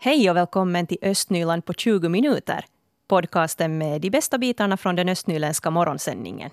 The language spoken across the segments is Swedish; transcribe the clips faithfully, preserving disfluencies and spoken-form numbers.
Hej och välkommen till Östnyland på tjugo minuter. Podcasten med de bästa bitarna från den östnyländska morgonsändningen.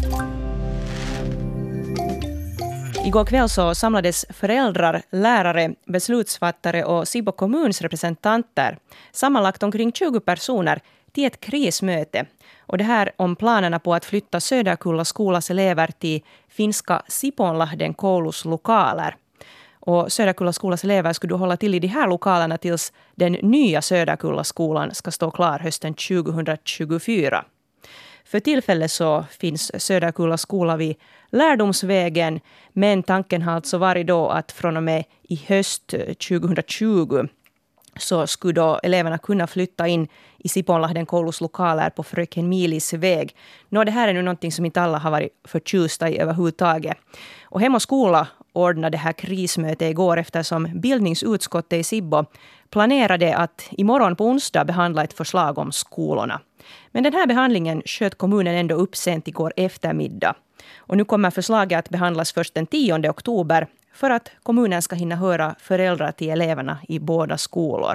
Igår kväll så samlades föräldrar, lärare, beslutsfattare och Sibbo kommuns representanter, sammanlagt omkring tjugo personer, till ett krismöte. Och det här om planerna på att flytta Söderkulla skolas elever till finska Sipoonlahden koulus lokaler. Och Söderkulla skolas elever skulle hålla till i de här lokalerna tills den nya Söderkulla skolan ska stå klar hösten tjugohundratjugofyra. För tillfället så finns Söderkulla skola vid Lärdomsvägen, men tanken har alltså varit då att från och med i höst tjugohundratjugo så skulle då eleverna kunna flytta in i Sipoonlahden koulus lokaler på Fröken Milis väg. Nå, det här är nu någonting som inte alla har varit förtjusta i överhuvudtaget. Och Hem och skola ordnade det här krismötet igår eftersom bildningsutskottet i Sibbo planerade att imorgon på onsdag behandla ett förslag om skolorna. Men den här behandlingen sköt kommunen ändå upp sent igår eftermiddag. Och nu kommer förslaget att behandlas först den tionde oktober för att kommunen ska hinna höra föräldrar till eleverna i båda skolor.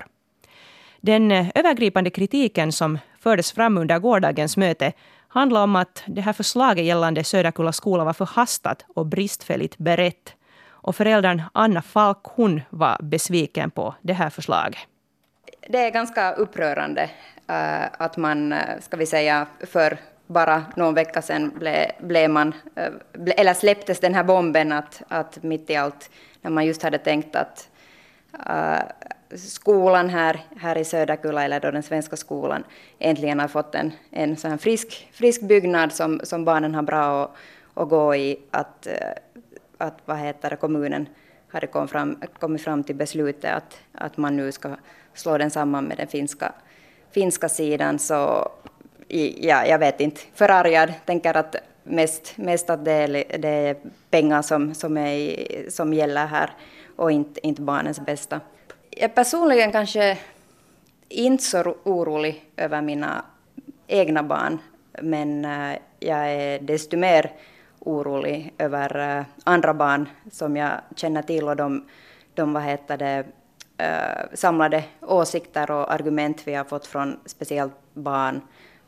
Den övergripande kritiken som fördes fram under gårdagens möte handlar om att det här förslaget gällande Söderkulla skola var förhastat och bristfälligt berett. Och föräldern Anna Falk, hon var besviken på det här förslaget. Det är ganska upprörande uh, att man, ska vi säga, för bara någon vecka sedan ble, blev man, uh, ble, eller släpptes den här bomben att, att mitt i allt, när man just hade tänkt att uh, skolan här, här i Söderkulla, eller då den svenska skolan, äntligen har fått en, en sån här frisk, frisk byggnad som, som barnen har bra att, att gå i, att, att vad heter det, kommunen hade kommit fram, kommit fram till beslutet att, att man nu ska slå den samman med den finska, finska sidan. Så ja, jag vet inte, förargad, tänker att mest, mest att det är, det är pengar som, som, är, som gäller här och inte, inte barnens bästa. Jag personligen kanske inte så orolig över mina egna barn, men jag är desto mer orolig över andra barn som jag känner till och de, de vad heter det, samlade åsikter och argument vi har fått från speciellt barn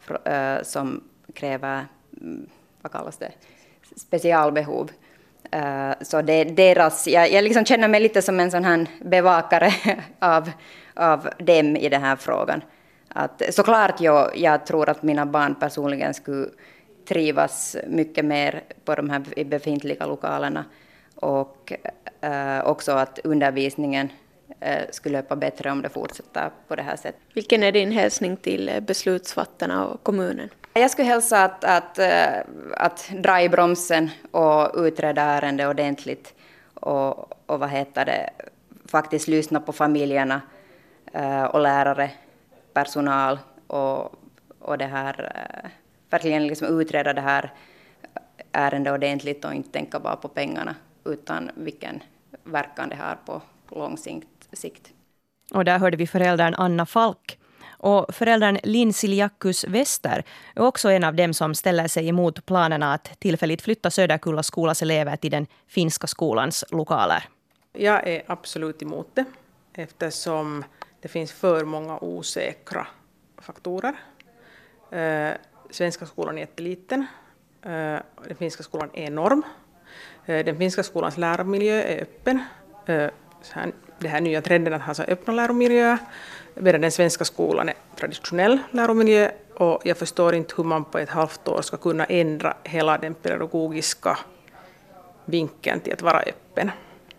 som kräver, vad kallas det, specialbehov. Uh, så det, deras, jag, jag liksom känner mig lite som en sån här bevakare av, av dem i den här frågan. Att, såklart jag, jag tror att mina barn personligen skulle trivas mycket mer på de här befintliga lokalerna och uh, också att undervisningen uh, skulle löpa bättre om det fortsätter på det här sättet. Vilken är din hälsning till beslutsfattarna och kommunen? Jag skulle hälsa att, att, att dra i bromsen och utreda ärendet ordentligt och, och vad heter det, faktiskt lyssna på familjerna och lärare, personal och, och det här, verkligen liksom utreda det här ärendet ordentligt och inte tänka bara på pengarna utan vilken verkan det har på lång sikt. Och där hörde vi föräldern Anna Falk. Och föräldern Linn Siljakus Wester är också en av dem som ställer sig emot planerna att tillfälligt flytta Söderkulla skolas elever till den finska skolans lokaler. Jag är absolut emot det eftersom det finns för många osäkra faktorer. Eh, svenska skolan är jätteliten. Eh, den finska skolan är enorm. Eh, den finska skolans lärarmiljö är öppen. Eh, så här, det här nya trenden att ha så öppna läromiljöer. Medan den svenska skolan är traditionell läromiljö och jag förstår inte hur man på ett halvt år ska kunna ändra hela den pedagogiska vinkeln till att vara öppen.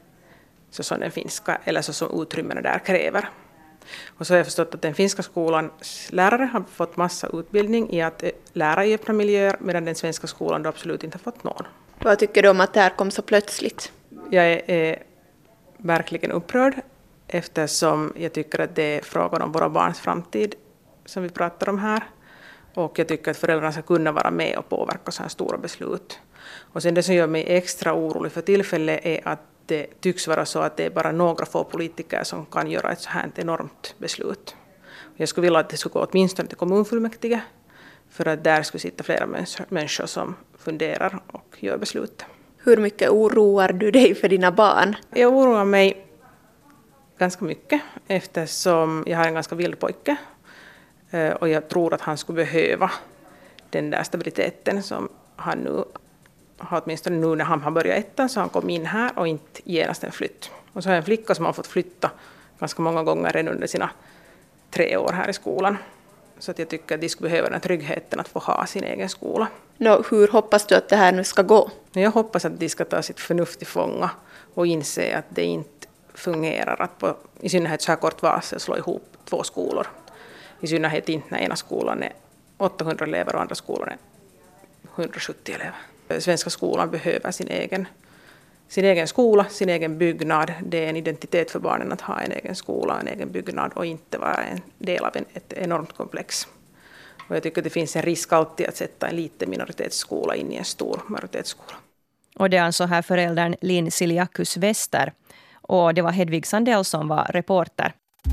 Så som den finska eller så som utrymmena där kräver. Och så har jag förstått att den finska skolans lärare har fått massa utbildning i att lära i öppna miljöer medan den svenska skolan då absolut inte har fått någon. Vad tycker du om att det här kom så plötsligt? Jag är, är verkligen upprörd. Eftersom jag tycker att det är frågan om våra barns framtid som vi pratar om här. Och jag tycker att föräldrarna ska kunna vara med och påverka så här stora beslut. Och sen det som gör mig extra orolig för tillfället är att det tycks vara så att det är bara några få politiker som kan göra ett så här enormt beslut. Jag skulle vilja att det skulle gå åtminstone till kommunfullmäktige. För att där skulle sitta flera människor som funderar och gör beslut. Hur mycket oroar du dig för dina barn? Jag oroar mig ganska mycket eftersom jag har en ganska vild pojke och jag tror att han skulle behöva den där stabiliteten som han nu har, åtminstone nu när han har börjat ettan, så han kom in här och inte genast en flytt. Och så har jag en flicka som har fått flytta ganska många gånger redan under sina tre år här i skolan. Så att jag tycker att de skulle behöva den tryggheten att få ha sin egen skola. Nå, hur hoppas du att det här nu ska gå? Jag hoppas att de ska ta sitt förnuft i fånga och inse att det inte fungerar att på, i synnerhet så här kort varsel slå ihop två skolor. I synnerhet inte när ena skolan är åttahundra elever och andra skolan är hundrasjuttio elever. Svenska skolan behöver sin egen, sin egen skola, sin egen byggnad. Det är en identitet för barnen att ha en egen skola, en egen byggnad och inte vara en del av en, ett enormt komplex. Och jag tycker att det finns en risk alltid att sätta en liten minoritetsskola in i en stor majoritetsskola. Och det är alltså här föräldern Linn Siliakus Wester. Och det var Hedvig Sandell som var reporter.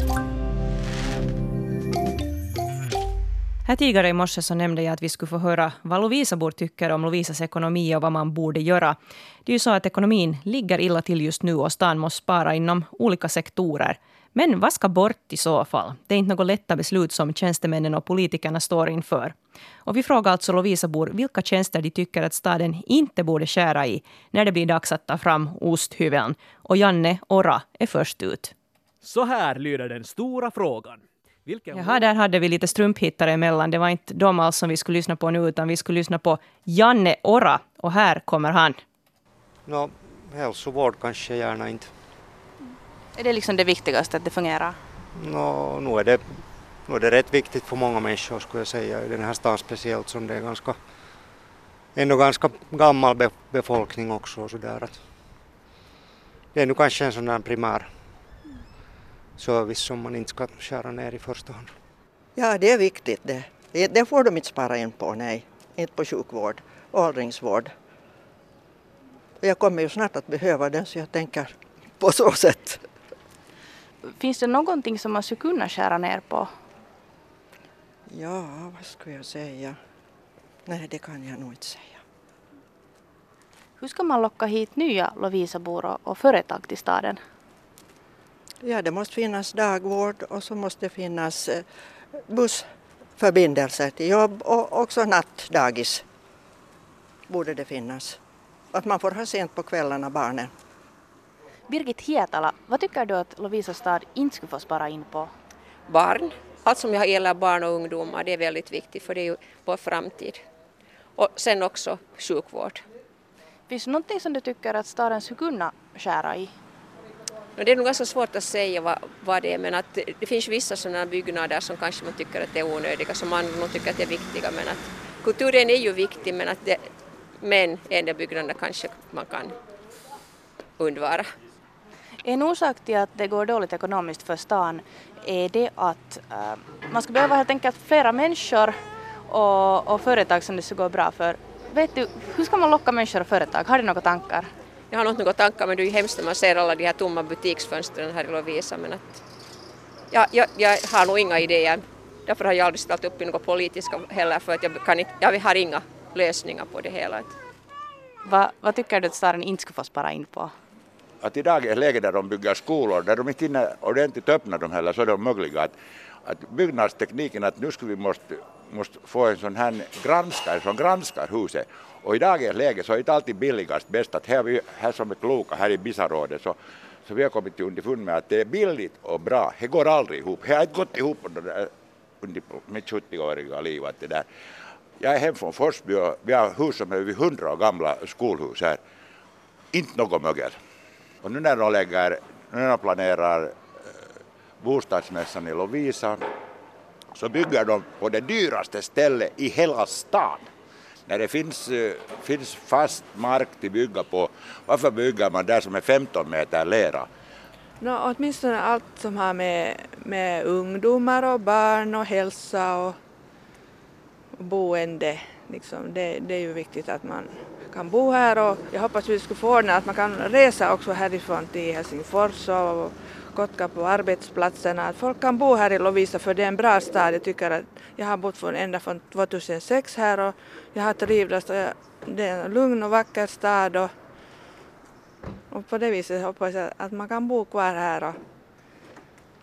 Här tidigare i morse så nämnde jag att vi skulle få höra vad Lovisabor tycker om Lovisas ekonomi och vad man borde göra. Det är ju så att ekonomin ligger illa till just nu och stan måste spara inom olika sektorer. Men vad ska bort i så fall? Det är inte något lätta beslut som tjänstemännen och politikerna står inför. Och vi frågar alltså Lovisabor vilka tjänster de tycker att staden inte borde skära i när det blir dags att ta fram osthyveln. Och Janne Ora är först ut. Så här lyder den stora frågan. Vilken... Jaha, där hade vi lite strumphittare emellan. Det var inte de alls som vi skulle lyssna på nu, utan vi skulle lyssna på Janne Ora. Och här kommer han. Nå, hälsovård kanske gärna inte. Är det liksom det viktigaste att det fungerar? Nå, nu är det, nu är det rätt viktigt för många människor skulle jag säga. I den här stan speciellt som det är ganska, ändå ganska gammal be, befolkning också. Och så där att det är nu kanske en sån här primär service som man inte ska skära ner i första hand. Ja, det är viktigt det. Det får de inte spara in på, nej. Inte på sjukvård, åldringsvård. Jag kommer ju snart att behöva den så jag tänker på så sätt. Finns det någonting som man skulle kunna skära ner på? Ja, vad skulle jag säga? Nej, det kan jag nog inte säga. Hur ska man locka hit nya Lovisabor och företag till staden? Ja, det måste finnas dagvård och så måste det finnas bussförbindelser till jobb och också nattdagis borde det finnas. Att man får ha sent på kvällarna barnen. Birgit Hietala, vad tycker du att Lovisa stad inte skulle få spara in på? Barn. Allt som gäller barn och ungdomar, det är väldigt viktigt för det är ju vår framtid. Och sen också sjukvård. Finns det någonting som du tycker att staden skulle kunna skära i? Det är nog ganska svårt att säga vad, vad det är, men att det finns vissa sådana byggnader som kanske man tycker att det är onödiga, som man nog tycker att det är viktiga. Men att kulturen är ju viktig, men, att det, men en del byggnader kanske man kan undvara. En orsak till att det går dåligt ekonomiskt för stan är det att äh, man ska behöva helt enkelt flera människor och, och företag som det ska gå bra för. Vet du, hur ska man locka människor och företag? Har du några tankar? Jag har nog några tankar, men det är ju hemskt när man ser alla de här tomma butiksfönstren här i Lovisa. Men att, ja, jag, jag har nog inga idéer. Därför har jag aldrig ställt upp i något politiska heller, för att jag, kan inte, jag har inga lösningar på det hela. Va, vad tycker du att staden inte ska få spara in på? Att i dagens läge där de bygger skolor, där de inte hinner ordentligt öppna dem heller, så är det möjligt att, att byggnadstekniken, att nu skulle vi måste, måste få en sån här granskare som granskar huset. Och i dagens läge så är det inte alltid billigast bäst att här, vi, här som är kloka här i Bisarådet så, så vi har kommit till underfund med att det är billigt och bra. Det går aldrig ihop. Det har inte gått ihop under, där, under mitt sjuttioåriga liv. Att det där. Jag är hem från Forsby och vi har hus som är över hundra år gamla skolhus här. Inte något mögel. Och nu när de lägger, nu när de planerar eh, bostadsmässan i Lovisa så bygger de på det dyraste stället i hela stan. När det finns, finns fast mark till bygga på, varför bygger man där som är femton meter lera? No, åtminstone allt som har med, med ungdomar och barn och hälsa och boende. Liksom, det, det är ju viktigt att man kan bo här och jag hoppas vi ska få ordna att man kan resa också härifrån till Helsingfors och Kotka på arbetsplatserna. Att folk kan bo här i Lovisa för det är en bra stad. Jag tycker att jag har bott från, ända från tvåtusensex här och jag har trivts. Det är en lugn och vacker stad och, och på det viset hoppas jag att man kan bo kvar här och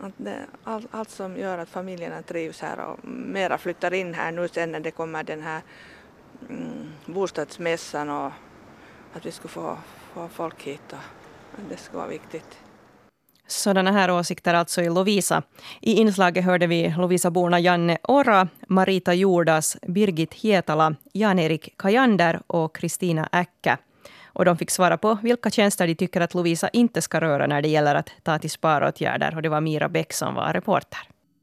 Att det, all, allt som gör att familjerna trivs här och mera flyttar in här nu sen när det kommer den här mm, bostadsmässan och att vi ska få, få folk hit och det ska vara viktigt. Sådana här åsikter alltså i Lovisa. I inslaget hörde vi Lovisa-borna Janne Ora, Marita Jordas, Birgit Hietala, Jan-Erik Kajander och Kristina Äcke. Och de fick svara på vilka tjänster de tycker att Lovisa inte ska röra när det gäller att ta till sparåtgärder. Och det var Mira Bäck som var reporter.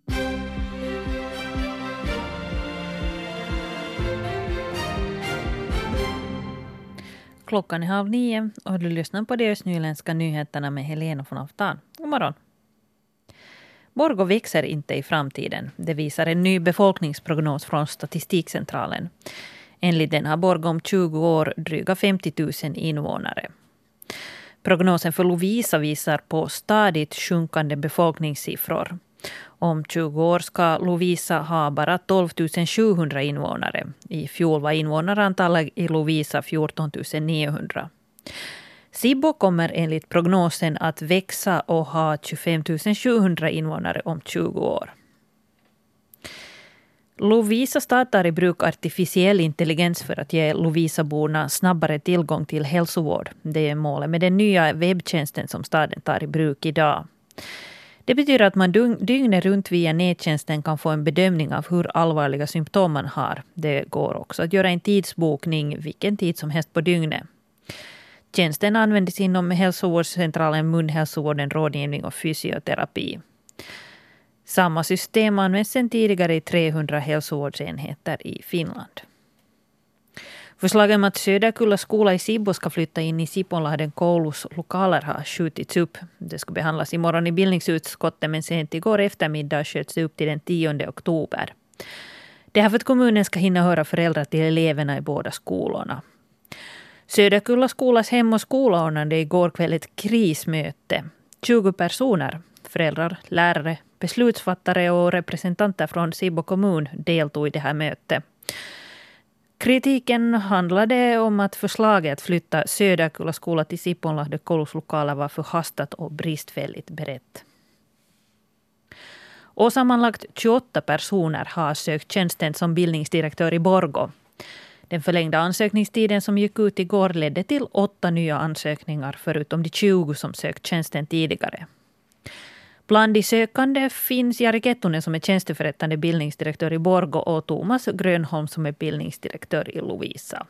Klockan är halv nio och du lyssnar på de östnyländska nyheterna med Helena von Aftan. God morgon. Borgå växer inte i framtiden. Det visar en ny befolkningsprognos från Statistikcentralen. Enligt den har Borgå om tjugo år dryga femtio tusen invånare. Prognosen för Lovisa visar på stadigt sjunkande befolkningssiffror. Om tjugo år ska Lovisa ha bara tolv tusen sjuhundra invånare. I fjol var invånarantalet i Lovisa fjorton tusen niohundra. Sibbo kommer enligt prognosen att växa och ha tjugofem tusen sjuhundra invånare om tjugo år. Lovisa stad tar i bruk artificiell intelligens för att ge Lovisa-borna snabbare tillgång till hälsovård. Det är målet med den nya webbtjänsten som staden tar i bruk idag. Det betyder att man dygnet runt via nättjänsten kan få en bedömning av hur allvarliga symptom man har. Det går också att göra en tidsbokning vilken tid som helst på dygnet. Tjänsten används inom hälsovårdscentralen, munhälsovården, rådgivning och fysioterapi. Samma system används sedan tidigare i trehundra hälsovårdsenheter i Finland. Förslaget om att Söderkulla skola i Sibbo ska flytta in i Siponlahden koulus lokaler har skjutits upp. Det ska behandlas imorgon i bildningsutskottet men sent igår eftermiddag sköts det upp till den tionde oktober. Det här för att kommunen ska hinna höra föräldrar till eleverna i båda skolorna. Söderkulla skolas hem- och skola ordnade igår kväll ett krismöte. tjugo personer, föräldrar, lärare, beslutsfattare och representanter från Sibbo kommun deltog i det här mötet. Kritiken handlade om att förslaget att flytta Söderkulla skola till Siponlahde koulus-lokaler var förhastat och bristfälligt berett. Och sammanlagt tjugoåtta personer har sökt tjänsten som bildningsdirektör i Borgå. Den förlängda ansökningstiden som gick ut igår ledde till åtta nya ansökningar förutom de tjugo som sökt tjänsten tidigare. Bland de sökande finns Jari Kettunen som är tjänsteförrättande bildningsdirektör i Borgå och Thomas Grönholm som är bildningsdirektör i Lovisa.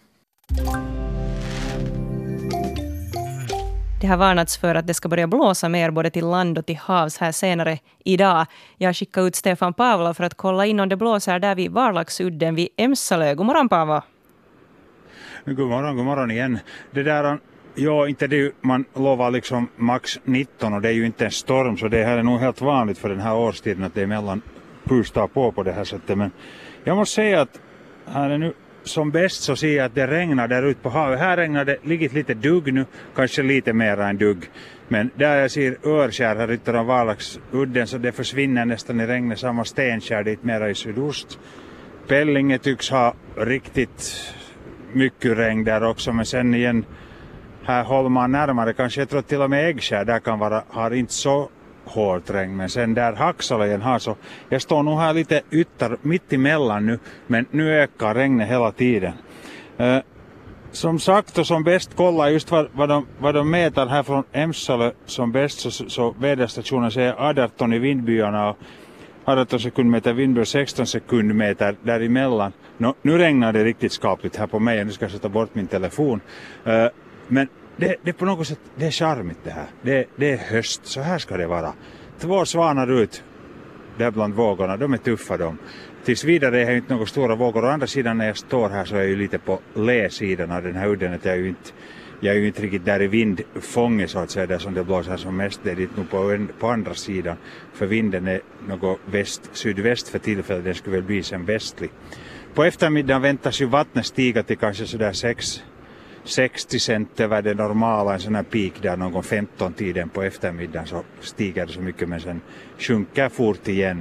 Det har varnats för att det ska börja blåsa mer både till land och till havs här senare idag. Jag skickar ut Stefan Pavla för att kolla in om det blåser där vid Varlaxudden vid Emsalö. God morgon Pavla. God morgon, god morgon igen. Det där, ja, inte det, man lovar liksom max nitton och det är ju inte en storm så det här är nog helt vanligt för den här årstiden att det är mellan pustar på på det här sättet. Men jag måste säga att här är nu som bäst så ser jag att det regnar där ute på havet. Här regnar det ligger lite dugg nu, kanske lite mer än dugg. Men där jag ser örskär här ute av Varlaxudden så det försvinner nästan i regnet, samma stenskär dit mera i sydost. Pellinge tycks ha riktigt mycket regn där också, men sen igen här håller man närmare, kanske jag tror till och med Äggskär där kan vara, har inte så hårt regn, men sen där Hacksalagen har så, jag står nog här lite ytter mitt emellan nu, men nu ökar regnet hela tiden. Uh, som sagt och som bäst kolla just vad, vad, de, vad de mäter här från Emsalö som bäst så, så väderstationen säger arton i vindbyarna och arton sekundmeter vindböj, sexton sekundmeter däremellan. No, nu regnar det riktigt skapligt här på mig och nu ska jag sätta bort min telefon. Uh, men det, det på något sätt, det är charmigt det här. Det, det är höst, så här ska det vara. Två svanar ut där bland vågorna, de är tuffa de. Tills vidare är det inte några stora vågor. Å andra sidan när jag står här så är jag ju lite på läsidan av den här udden. Att jag, är ju inte, jag är ju inte riktigt där i vindfånget så att säga, där som det blåser som mest. Det är dit nog på, på andra sidan. För vinden är något väst, sydväst för tillfället, den skulle väl bli sen västlig. På eftermiddagen väntas ju vattnet stiga till kanske sådär sex sextio cent över det normala, en sån här peak där någon femton tiden på eftermiddagen så stiger det så mycket men sen sjunker fort igen.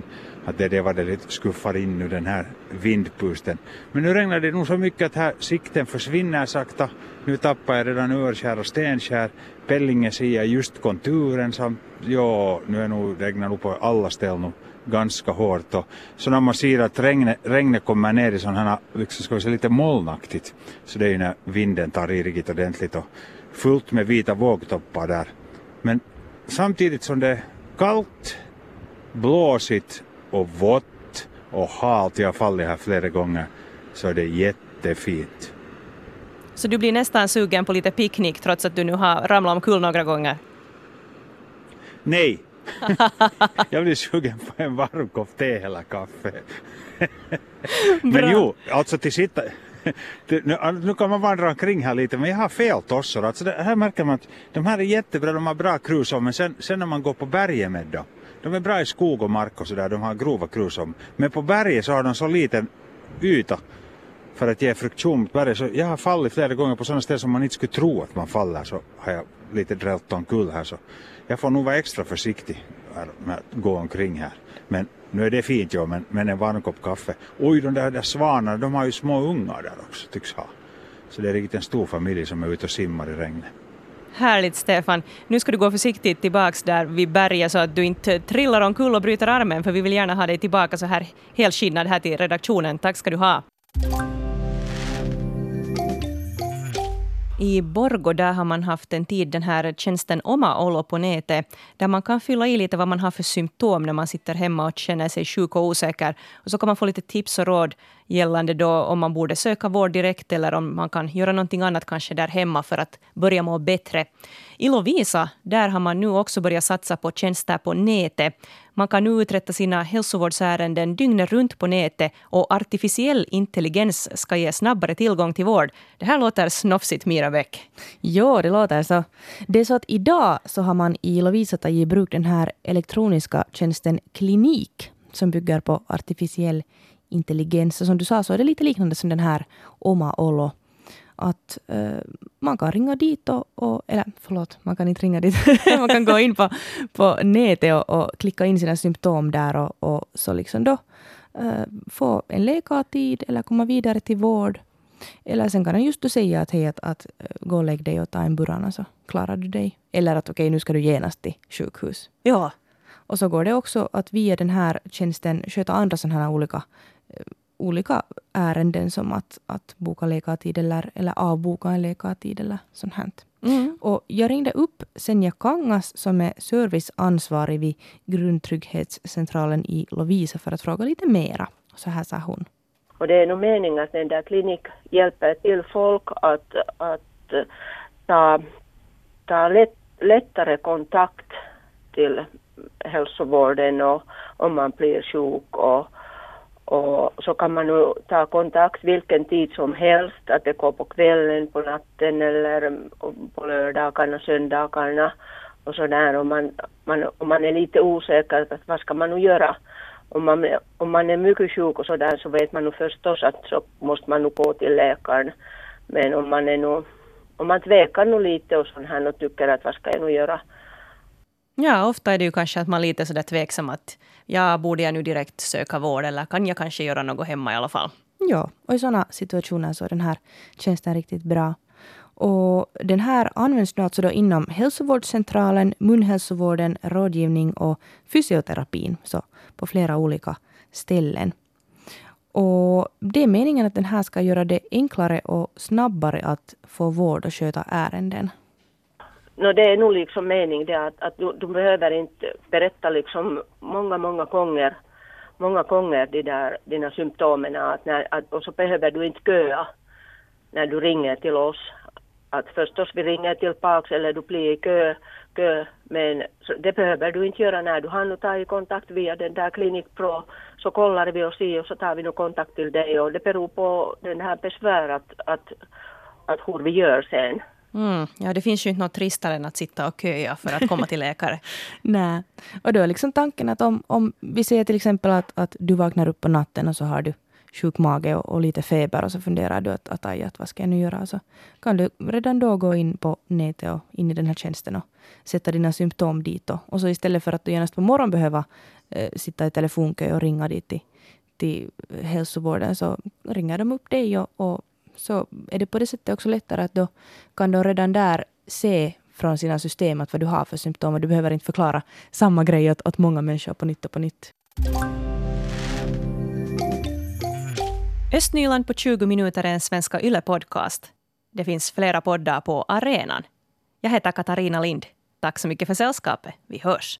Att det är det vad det lite skuffar in nu den här vindpusten. Men nu regnar det nog så mycket att här sikten försvinner sakta. Nu tappar jag redan örskär och stenskär. Pellinge ser jag just konturen samt ja, nu är nog regnar nog på alla ställen ganska hårt. Och så när man ser att regnet, regnet kommer ner i sådana här, liksom ska vi säga, lite molnaktigt. Så det är ju när vinden tar i riktigt ordentligt och fullt med vita vågtoppar där. Men samtidigt som det är kallt, blåsigt och vått och halt, jag har fallit här flera gånger, så är det jättefint. Så du blir nästan sugen på lite picknick trots att du nu har ramlat omkull några gånger? Nej. Jag blir sugen på en varm kopp te eller kaffe. Men jo, alltså till sitta... Nu, nu kan man vandra omkring här lite, men jag har fel tossor. Alltså det, här märker man att de här är jättebra, de har bra krusor, men sen, sen när man går på berget med dem, de är bra i skog och mark och sådär, de har grova krusor. Men på berget så har de så liten yta för att ge friktion mot berget. Så jag har fallit flera gånger på sådana ställen som man inte skulle tro att man faller, så har jag lite drällt omkull här. Så jag får nog vara extra försiktig med att gå omkring här. Men nu är det fint, ja, men, men en varm kopp kaffe. Oj, de där, där svanarna, de har ju små ungar där också, tycks ha. Så det är riktigt en stor familj som är ute och simmar i regnet. Härligt, Stefan. Nu ska du gå försiktigt tillbaks där vid berget så att du inte trillar omkull och bryter armen, för vi vill gärna ha dig tillbaka så här helskinnad här till redaktionen. Tack ska du ha. I Borgå där har man haft en tid den här tjänsten Oma Olo på nätet där man kan fylla i lite vad man har för symptom när man sitter hemma och känner sig sjuk och osäker. Och så kan man få lite tips och råd gällande då om man borde söka vård direkt eller om man kan göra någonting annat kanske där hemma för att börja må bättre. I Lovisa där har man nu också börjat satsa på tjänster på nätet. Man kan nu uträtta sina hälsovårdsärenden dygnet runt på nätet och artificiell intelligens ska ge snabbare tillgång till vård. Det här låter snofsigt, Mira Bäck. Ja, det låter så. Det är så att idag så har man i Lovisa tagit i bruk den här elektroniska tjänsten Klinik som bygger på artificiell intelligens. Och som du sa så är det lite liknande som den här Oma Olo. Att uh, man kan ringa dit och, och, eller förlåt, man kan inte ringa dit. Man kan gå in på, på nätet och, och klicka in sina symptom där och, och så liksom då uh, få en läkartid eller komma vidare till vård. Eller sen kan den just då säga att hej, att, att gå och lägg dig och ta en burana så klarar du dig. Eller att okej, okay, nu ska du genast till sjukhus. Ja. Och så går det också att via den här tjänsten sköta andra sådana här olika olika ärenden som att, att boka läkartid eller, eller avboka en läkartid eller sånt här. Mm. Och jag ringde upp Senja Kangas som är serviceansvarig vid grundtrygghetscentralen i Lovisa för att fråga lite mera. Så här sa hon. Och det är nog meningen att den där klinik hjälper till folk att, att ta, ta lätt, lättare kontakt till hälsovården och om man blir sjuk och Och så kan man nu ta kontakt vilken tid som helst, att det går på kvällen, på natten eller på lördagarna, söndagarna och sådär. Om man, man, om man är lite osäker, att vad ska man nu göra? Om man, om man är mycket sjuk och sådär så vet man nu förstås att så måste man nu gå till läkaren. Men om man är nu, om man tvekar nu lite och sån här och tycker att vad ska jag nu göra? Ja, ofta är det ju kanske att man är lite sådär tveksam att ja, borde jag nu direkt söka vård eller kan jag kanske göra något hemma i alla fall? Ja, och i sådana situationer så är den här tjänsten riktigt bra. Och den här används nu alltså då inom hälsovårdscentralen, munhälsovården, rådgivning och fysioterapin, så på flera olika ställen. Och det är meningen att den här ska göra det enklare och snabbare att få vård och sköta ärenden. No, det är nog liksom mening det att, att du, du behöver inte berätta liksom många, många gånger, många gånger de där, dina symptomen att när, att, och så behöver du inte köa när du ringer till oss. Att förstås vi ringer tillbaka eller du blir i kö, kö men så det behöver du inte göra när du har nu tagit kontakt via den där Klinik Pro så kollar vi och ser och så tar vi nu kontakt till dig och det beror på den här besvär att, att, att hur vi gör sen. Mm, ja, det finns ju inte något tristare än att sitta och köa för att komma till läkare. Nej, och då är liksom tanken att om, om vi säger till exempel att, att du vaknar upp på natten och så har du sjuk mage och, och lite feber och så funderar du att, att, aj, att vad ska jag nu göra? Så kan du redan då gå in på nätet och in i den här tjänsten och sätta dina symptom dit. Och, och så istället för att du genast på morgon behöver eh, sitta i telefonkö och ringa dit till, till hälsovården så ringer de upp dig och, och så är det på det sättet också lättare att då kan de redan där se från sina system att vad du har för symptom och du behöver inte förklara samma grej åt, åt många människor på nytt och på nytt. Östnyland på tjugo minuter är en Svenska Yle-podcast. Det finns flera poddar på arenan. Jag heter Katarina Lind. Tack så mycket för sällskapet. Vi hörs.